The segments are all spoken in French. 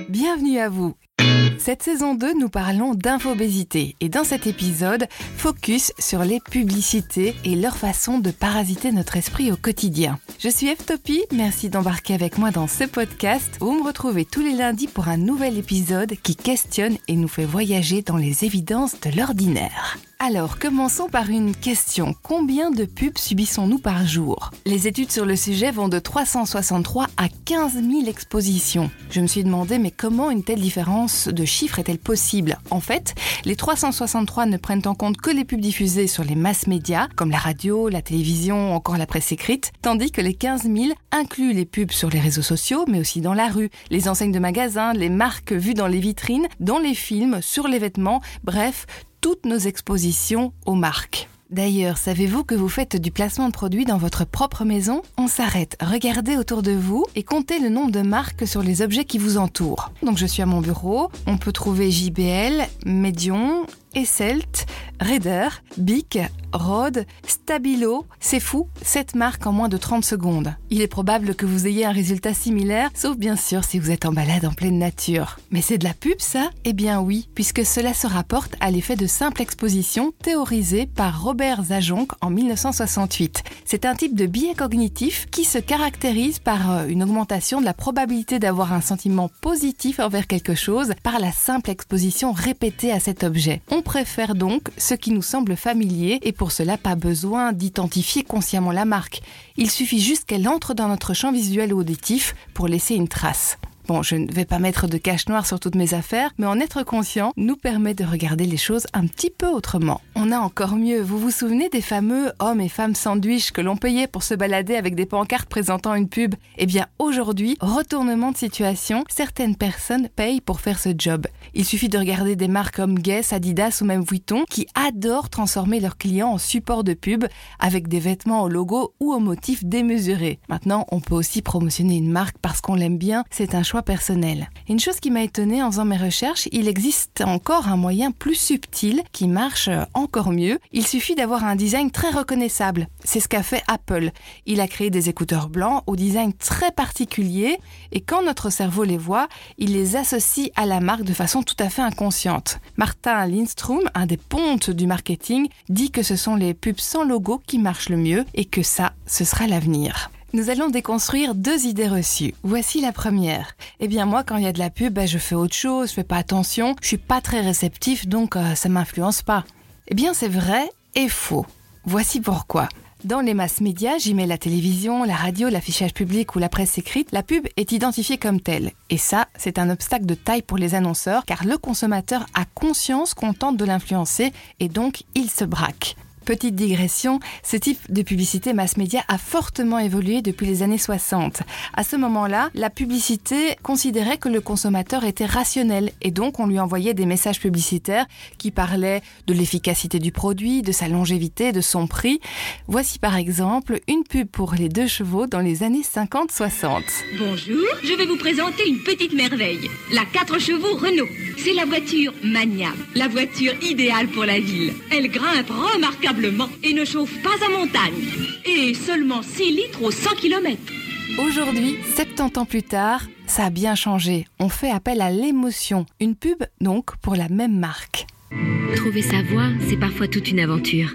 Bienvenue à vous. Cette saison 2, nous parlons d'infobésité et dans cet épisode, focus sur les publicités et leur façon de parasiter notre esprit au quotidien. Je suis F-Topy, merci d'embarquer avec moi dans ce podcast. Vous me retrouvez tous les lundis pour un nouvel épisode qui questionne et nous fait voyager dans les évidences de l'ordinaire. Alors, commençons par une question. Combien de pubs subissons-nous par jour ? Les études sur le sujet vont de 363 à 15 000 expositions. Je me suis demandé, mais comment une telle différence de chiffres est-elle possible ? En fait, les 363 ne prennent en compte que les pubs diffusées sur les masses médias, comme la radio, la télévision, encore la presse écrite, tandis que les 15 000 incluent les pubs sur les réseaux sociaux, mais aussi dans la rue, les enseignes de magasins, les marques vues dans les vitrines, dans les films, sur les vêtements, bref, toutes nos expositions aux marques. D'ailleurs, savez-vous que vous faites du placement de produits dans votre propre maison ? On s'arrête, regardez autour de vous et comptez le nombre de marques sur les objets qui vous entourent. Donc je suis à mon bureau, on peut trouver JBL, Medion, Esselt, Raider, Bic, Rode, Stabilo, c'est fou, 7 marques en moins de 30 secondes. Il est probable que vous ayez un résultat similaire, sauf bien sûr si vous êtes en balade en pleine nature. Mais c'est de la pub ça ? Eh bien oui, puisque cela se rapporte à l'effet de simple exposition théorisé par Robert Zajonc en 1968. C'est un type de biais cognitif qui se caractérise par une augmentation de la probabilité d'avoir un sentiment positif envers quelque chose par la simple exposition répétée à cet objet. On préfère donc ce qui nous semble familier et pour cela pas besoin d'identifier consciemment la marque. Il suffit juste qu'elle entre dans notre champ visuel ou auditif pour laisser une trace. Bon, je ne vais pas mettre de cache noire sur toutes mes affaires, mais en être conscient nous permet de regarder les choses un petit peu autrement. On a encore mieux, vous vous souvenez des fameux hommes et femmes sandwich que l'on payait pour se balader avec des pancartes présentant une pub ? Eh bien aujourd'hui, retournement de situation, certaines personnes payent pour faire ce job. Il suffit de regarder des marques comme Guess, Adidas ou même Vuitton qui adorent transformer leurs clients en support de pub avec des vêtements au logo ou au motif démesuré. Maintenant, on peut aussi promotionner une marque parce qu'on l'aime bien, c'est un choix personnel. Une chose qui m'a étonnée en faisant mes recherches, il existe encore un moyen plus subtil qui marche encore mieux. Il suffit d'avoir un design très reconnaissable. C'est ce qu'a fait Apple. Il a créé des écouteurs blancs au design très particulier et quand notre cerveau les voit, il les associe à la marque de façon tout à fait inconsciente. Martin Lindstrom, un des pontes du marketing, dit que ce sont les pubs sans logo qui marchent le mieux et que ça, ce sera l'avenir. Nous allons déconstruire 2 idées reçues. Voici la première. Eh bien moi, quand il y a de la pub, je fais autre chose, je fais pas attention, je suis pas très réceptif, donc ça m'influence pas. Eh bien c'est vrai et faux. Voici pourquoi. Dans les masses médias, j'y mets la télévision, la radio, l'affichage public ou la presse écrite, la pub est identifiée comme telle. Et ça, c'est un obstacle de taille pour les annonceurs, car le consommateur a conscience qu'on tente de l'influencer et donc il se braque. Petite digression, ce type de publicité mass média a fortement évolué depuis les années 60. À ce moment-là, la publicité considérait que le consommateur était rationnel et donc on lui envoyait des messages publicitaires qui parlaient de l'efficacité du produit, de sa longévité, de son prix. Voici par exemple une pub pour les 2 chevaux dans les années 50-60. Bonjour, je vais vous présenter une petite merveille, la 4 chevaux Renault. C'est la voiture maniable, la voiture idéale pour la ville. Elle grimpe remarquablement et ne chauffe pas à montagne. Et seulement 6 litres aux 100 km. Aujourd'hui, 70 ans plus tard, ça a bien changé. On fait appel à l'émotion. Une pub, donc, pour la même marque. Trouver sa voie, c'est parfois toute une aventure.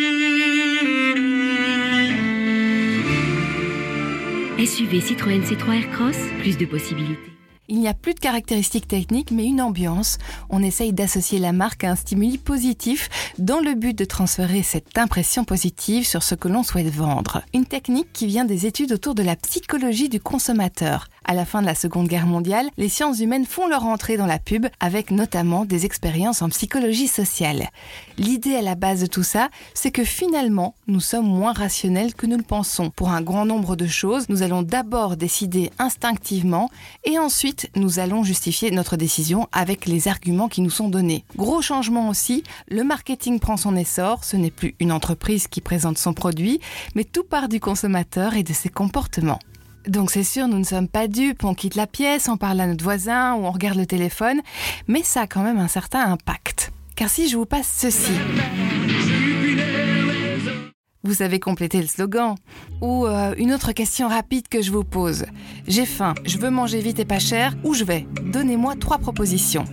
SUV Citroën C3 Aircross, plus de possibilités. Il n'y a plus de caractéristiques techniques, mais une ambiance. On essaye d'associer la marque à un stimuli positif dans le but de transférer cette impression positive sur ce que l'on souhaite vendre. Une technique qui vient des études autour de la psychologie du consommateur. À la fin de la Seconde Guerre mondiale, les sciences humaines font leur entrée dans la pub avec notamment des expériences en psychologie sociale. L'idée à la base de tout ça, c'est que finalement, nous sommes moins rationnels que nous le pensons. Pour un grand nombre de choses, nous allons d'abord décider instinctivement et ensuite nous allons justifier notre décision avec les arguments qui nous sont donnés. Gros changement aussi, le marketing prend son essor, ce n'est plus une entreprise qui présente son produit, mais tout part du consommateur et de ses comportements. Donc c'est sûr, nous ne sommes pas dupes, on quitte la pièce, on parle à notre voisin ou on regarde le téléphone, mais ça a quand même un certain impact. Car si je vous passe ceci... Vous savez compléter le slogan. Ou une autre question rapide que je vous pose. J'ai faim, je veux manger vite et pas cher, où je vais ? Donnez-moi 3 propositions.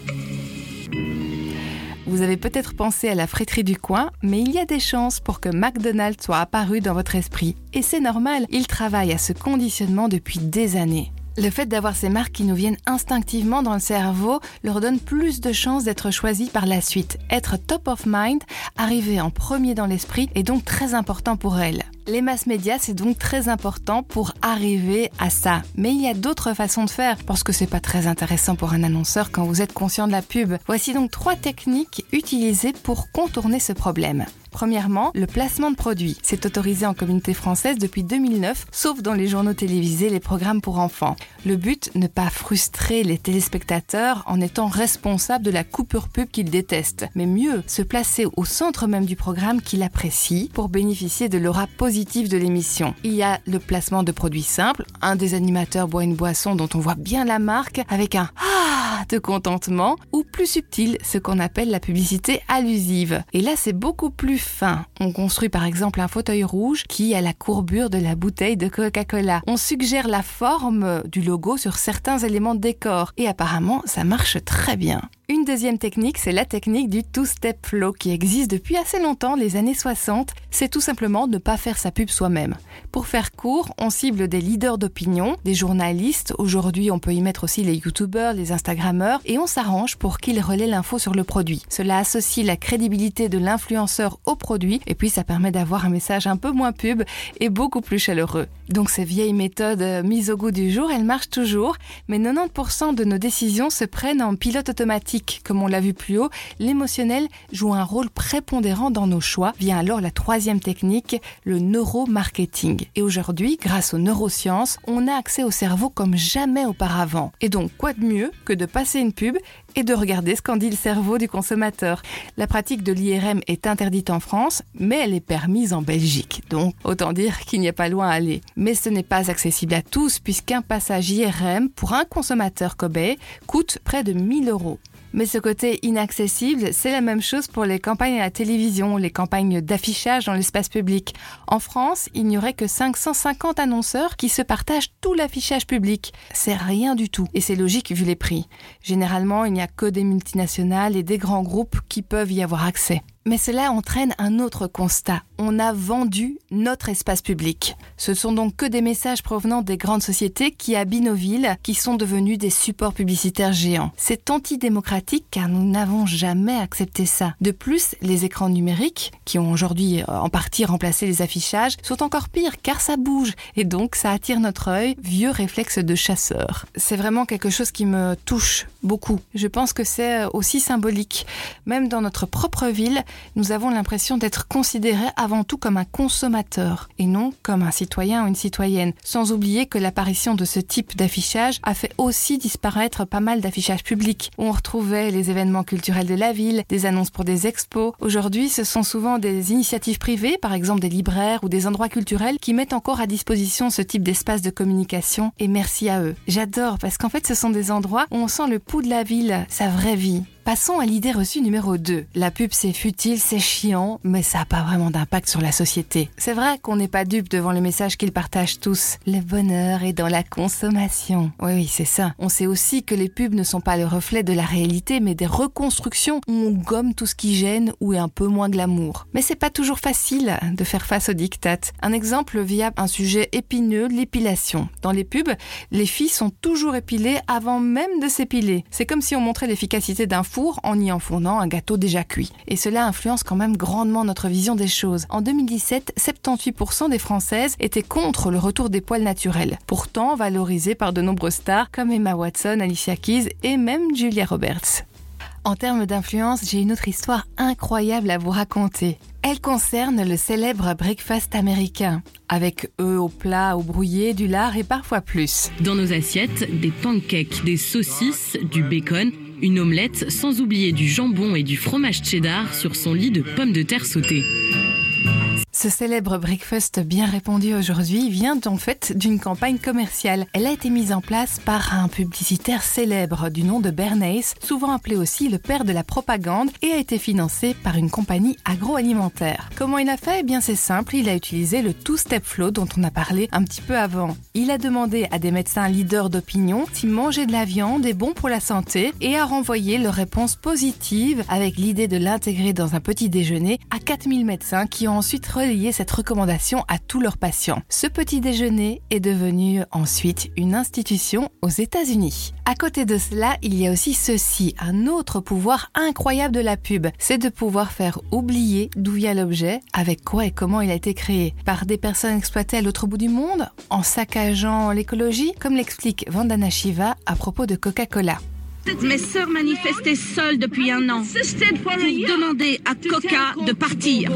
Vous avez peut-être pensé à la friterie du coin, mais il y a des chances pour que McDonald's soit apparu dans votre esprit. Et c'est normal, il travaille à ce conditionnement depuis des années. Le fait d'avoir ces marques qui nous viennent instinctivement dans le cerveau leur donne plus de chances d'être choisies par la suite. Être top of mind, arriver en premier dans l'esprit, est donc très important pour elles. Les mass médias, c'est donc très important pour arriver à ça. Mais il y a d'autres façons de faire, parce que c'est pas très intéressant pour un annonceur quand vous êtes conscient de la pub. Voici donc 3 techniques utilisées pour contourner ce problème. Premièrement, le placement de produits. C'est autorisé en Communauté française depuis 2009, sauf dans les journaux télévisés, les programmes pour enfants. Le but, ne pas frustrer les téléspectateurs en étant responsable de la coupure pub qu'ils détestent. Mais mieux, se placer au centre même du programme qu'ils apprécient pour bénéficier de l'aura positive de l'émission. Il y a le placement de produits simples. Un des animateurs boit une boisson dont on voit bien la marque avec un « ah » de contentement, ou plus subtil, ce qu'on appelle la publicité allusive. Et là, c'est beaucoup plus fin. On construit par exemple un fauteuil rouge qui a la courbure de la bouteille de Coca-Cola. On suggère la forme du logo sur certains éléments de décor et apparemment ça marche très bien. Une deuxième technique, c'est la technique du two-step flow qui existe depuis assez longtemps, les années 60. C'est tout simplement ne pas faire sa pub soi-même. Pour faire court, on cible des leaders d'opinion, des journalistes. Aujourd'hui, on peut y mettre aussi les youtubeurs, les instagrammeurs et on s'arrange pour qu'ils relaient l'info sur le produit. Cela associe la crédibilité de l'influenceur au produit et puis ça permet d'avoir un message un peu moins pub et beaucoup plus chaleureux. Donc ces vieilles méthodes mises au goût du jour, elles marchent toujours, mais 90% de nos décisions se prennent en pilote automatique. Comme on l'a vu plus haut, l'émotionnel joue un rôle prépondérant dans nos choix. Vient alors la 3e technique, le neuromarketing. Et aujourd'hui, grâce aux neurosciences, on a accès au cerveau comme jamais auparavant. Et donc, quoi de mieux que de passer une pub et de regarder ce qu'en dit le cerveau du consommateur. La pratique de l'IRM est interdite en France, mais elle est permise en Belgique. Donc, autant dire qu'il n'y a pas loin à aller. Mais ce n'est pas accessible à tous, puisqu'un passage IRM pour un consommateur cobaye coûte près de 1 000 €. Mais ce côté inaccessible, c'est la même chose pour les campagnes à la télévision, les campagnes d'affichage dans l'espace public. En France, il n'y aurait que 550 annonceurs qui se partagent tout l'affichage public. C'est rien du tout. Et c'est logique vu les prix. Généralement, il n'y a que des multinationales et des grands groupes qui peuvent y avoir accès. Mais cela entraîne un autre constat. On a vendu notre espace public. Ce sont donc que des messages provenant des grandes sociétés qui habillent nos villes, qui sont devenus des supports publicitaires géants. C'est antidémocratique car nous n'avons jamais accepté ça. De plus, les écrans numériques, qui ont aujourd'hui en partie remplacé les affichages, sont encore pires car ça bouge et donc ça attire notre œil, vieux réflexe de chasseur. C'est vraiment quelque chose qui me touche beaucoup. Je pense que c'est aussi symbolique. Même dans notre propre ville, nous avons l'impression d'être considérés avant tout comme un consommateur et non comme un citoyen ou une citoyenne. Sans oublier que l'apparition de ce type d'affichage a fait aussi disparaître pas mal d'affichages publics où on retrouvait les événements culturels de la ville, des annonces pour des expos. Aujourd'hui, ce sont souvent des initiatives privées, par exemple des libraires ou des endroits culturels qui mettent encore à disposition ce type d'espace de communication et merci à eux. J'adore parce qu'en fait, ce sont des endroits où on sent le pouls de la ville, sa vraie vie. Passons à l'idée reçue numéro 2. La pub, c'est futile, c'est chiant, mais ça n'a pas vraiment d'impact sur la société. C'est vrai qu'on n'est pas dupe devant le message qu'ils partagent tous. Le bonheur est dans la consommation. Oui, c'est ça. On sait aussi que les pubs ne sont pas le reflet de la réalité, mais des reconstructions où on gomme tout ce qui gêne ou est un peu moins glamour. Mais c'est pas toujours facile de faire face aux diktats. Un exemple via un sujet épineux, l'épilation. Dans les pubs, les filles sont toujours épilées avant même de s'épiler. C'est comme si on montrait l'efficacité d'un four en y enfournant un gâteau déjà cuit. Et cela influence quand même grandement notre vision des choses. En 2017, 78% des Françaises étaient contre le retour des poils naturels, pourtant valorisés par de nombreuses stars comme Emma Watson, Alicia Keys et même Julia Roberts. En termes d'influence, j'ai une autre histoire incroyable à vous raconter. Elle concerne le célèbre breakfast américain, avec œufs au plat, au brouillé, du lard et parfois plus. Dans nos assiettes, des pancakes, des saucisses, du bacon, une omelette, sans oublier du jambon et du fromage cheddar sur son lit de pommes de terre sautées. Ce célèbre breakfast bien répandu aujourd'hui vient en fait d'une campagne commerciale. Elle a été mise en place par un publicitaire célèbre du nom de Bernays, souvent appelé aussi le père de la propagande, et a été financée par une compagnie agroalimentaire. Comment il a fait ? Eh bien c'est simple, il a utilisé le two-step flow dont on a parlé un petit peu avant. Il a demandé à des médecins leaders d'opinion si manger de la viande est bon pour la santé et a renvoyé leur réponse positive avec l'idée de l'intégrer dans un petit déjeuner à 4000 médecins qui ont ensuite relayé cette recommandation à tous leurs patients. Ce petit déjeuner est devenu ensuite une institution aux États-Unis. À côté de cela, il y a aussi ceci, un autre pouvoir incroyable de la pub, c'est de pouvoir faire oublier d'où vient l'objet, avec quoi et comment il a été créé. Par des personnes exploitées à l'autre bout du monde, en saccageant l'écologie, comme l'explique Vandana Shiva à propos de Coca-Cola. Mes sœurs manifestaient seules depuis 1 an pour demander à Coca de partir.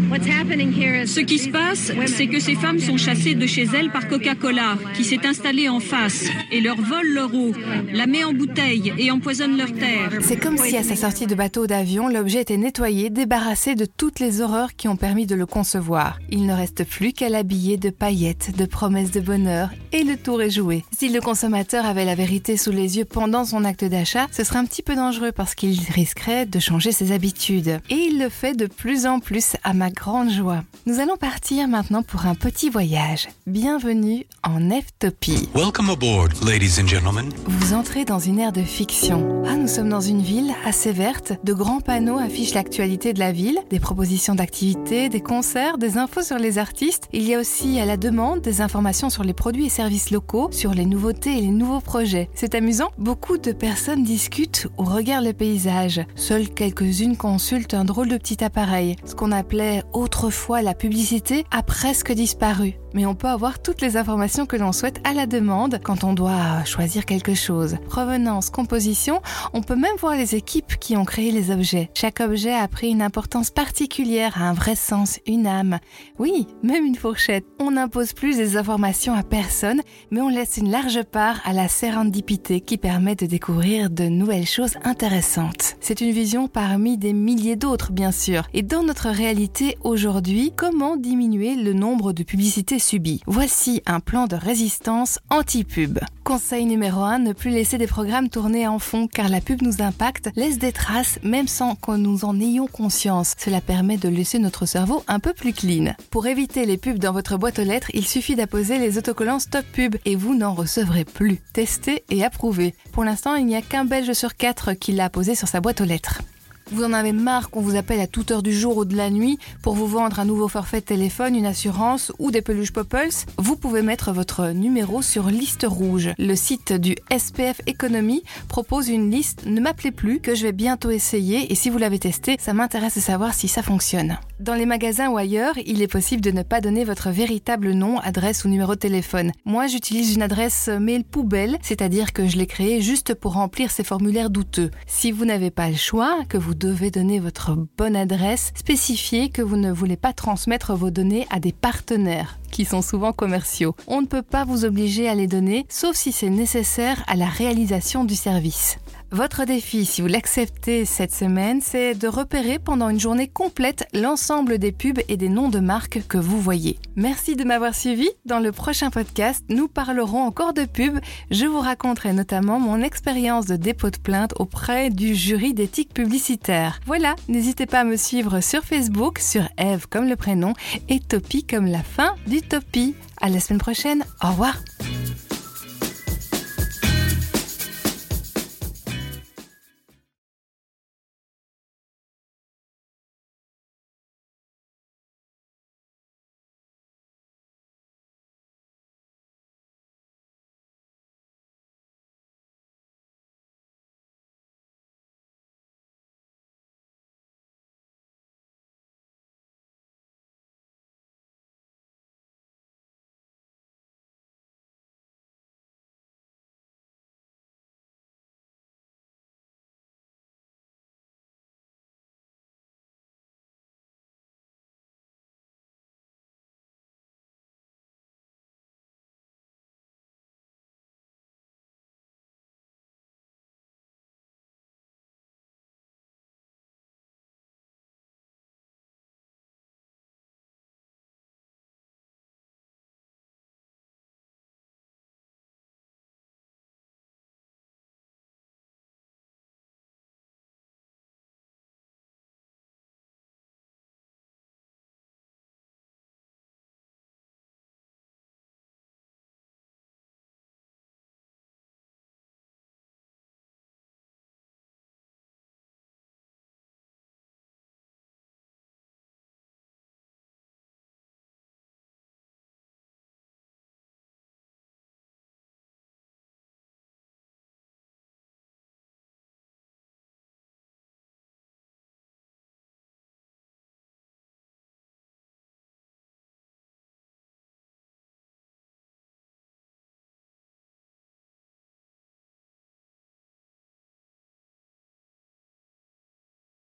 Ce qui se passe, c'est que ces femmes sont chassées de chez elles par Coca-Cola, qui s'est installée en face et leur vole leur eau, la met en bouteille et empoisonne leur terre. C'est comme si à sa sortie de bateau ou d'avion, l'objet était nettoyé, débarrassé de toutes les horreurs qui ont permis de le concevoir. Il ne reste plus qu'à l'habiller de paillettes, de promesses de bonheur, et le tour est joué. Si le consommateur avait la vérité sous les yeux pendant son acte d'achat, ce serait un petit peu dangereux parce qu'il risquerait de changer ses habitudes. Et il le fait de plus en plus à ma grande joie. Nous allons partir maintenant pour un petit voyage. Bienvenue en F-Topie. Welcome aboard, ladies and gentlemen. Vous entrez dans une ère de fiction. Nous sommes dans une ville assez verte. De grands panneaux affichent l'actualité de la ville, des propositions d'activités, des concerts, des infos sur les artistes. Il y a aussi à la demande des informations sur les produits et services locaux, sur les nouveautés et les nouveaux projets. C'est amusant, beaucoup de personnes discutent ou regardent le paysage. Seules quelques-unes consultent un drôle de petit appareil. Ce qu'on appelait autrefois la publicité a presque disparu. Mais on peut avoir toutes les informations que l'on souhaite à la demande quand on doit choisir quelque chose. Provenance, composition, on peut même voir les équipes qui ont créé les objets. Chaque objet a pris une importance particulière, a un vrai sens, une âme. Oui, même une fourchette. On n'impose plus des informations à personne, mais on laisse une large part à la sérendipité qui permet de découvrir de nouvelles choses intéressantes. C'est une vision parmi des milliers d'autres, bien sûr. Et dans notre réalité aujourd'hui, comment diminuer le nombre de publicités subies ? Voici un plan de résistance anti-pub. Conseil numéro 1, ne plus laisser des programmes tourner en fond car la pub nous impacte, laisse des traces même sans que nous en ayons conscience. Cela permet de laisser notre cerveau un peu plus clean. Pour éviter les pubs dans votre boîte aux lettres, il suffit d'apposer les autocollants Stop Pub et vous n'en recevrez plus. Testez et approuvez. Pour l'instant, il n'y a qu'un Belge sur 4 qui l'a apposé sur sa boîte aux lettres. Vous en avez marre qu'on vous appelle à toute heure du jour ou de la nuit pour vous vendre un nouveau forfait de téléphone, une assurance ou des peluches Popples ? Vous pouvez mettre votre numéro sur liste rouge. Le site du SPF Economy propose une liste « Ne m'appelez plus » que je vais bientôt essayer et si vous l'avez testé, ça m'intéresse de savoir si ça fonctionne. Dans les magasins ou ailleurs, il est possible de ne pas donner votre véritable nom, adresse ou numéro de téléphone. Moi, j'utilise une adresse mail poubelle, c'est-à-dire que je l'ai créée juste pour remplir ces formulaires douteux. Si vous n'avez pas le choix, que vous devez donner votre bonne adresse, spécifiez que vous ne voulez pas transmettre vos données à des partenaires, qui sont souvent commerciaux. On ne peut pas vous obliger à les donner, sauf si c'est nécessaire à la réalisation du service. Votre défi, si vous l'acceptez cette semaine, c'est de repérer pendant une journée complète l'ensemble des pubs et des noms de marques que vous voyez. Merci de m'avoir suivi. Dans le prochain podcast, nous parlerons encore de pubs. Je vous raconterai notamment mon expérience de dépôt de plainte auprès du jury d'éthique publicitaire. Voilà, n'hésitez pas à me suivre sur Facebook, sur Eve comme le prénom et Topie comme la fin du Topie. À la semaine prochaine, au revoir.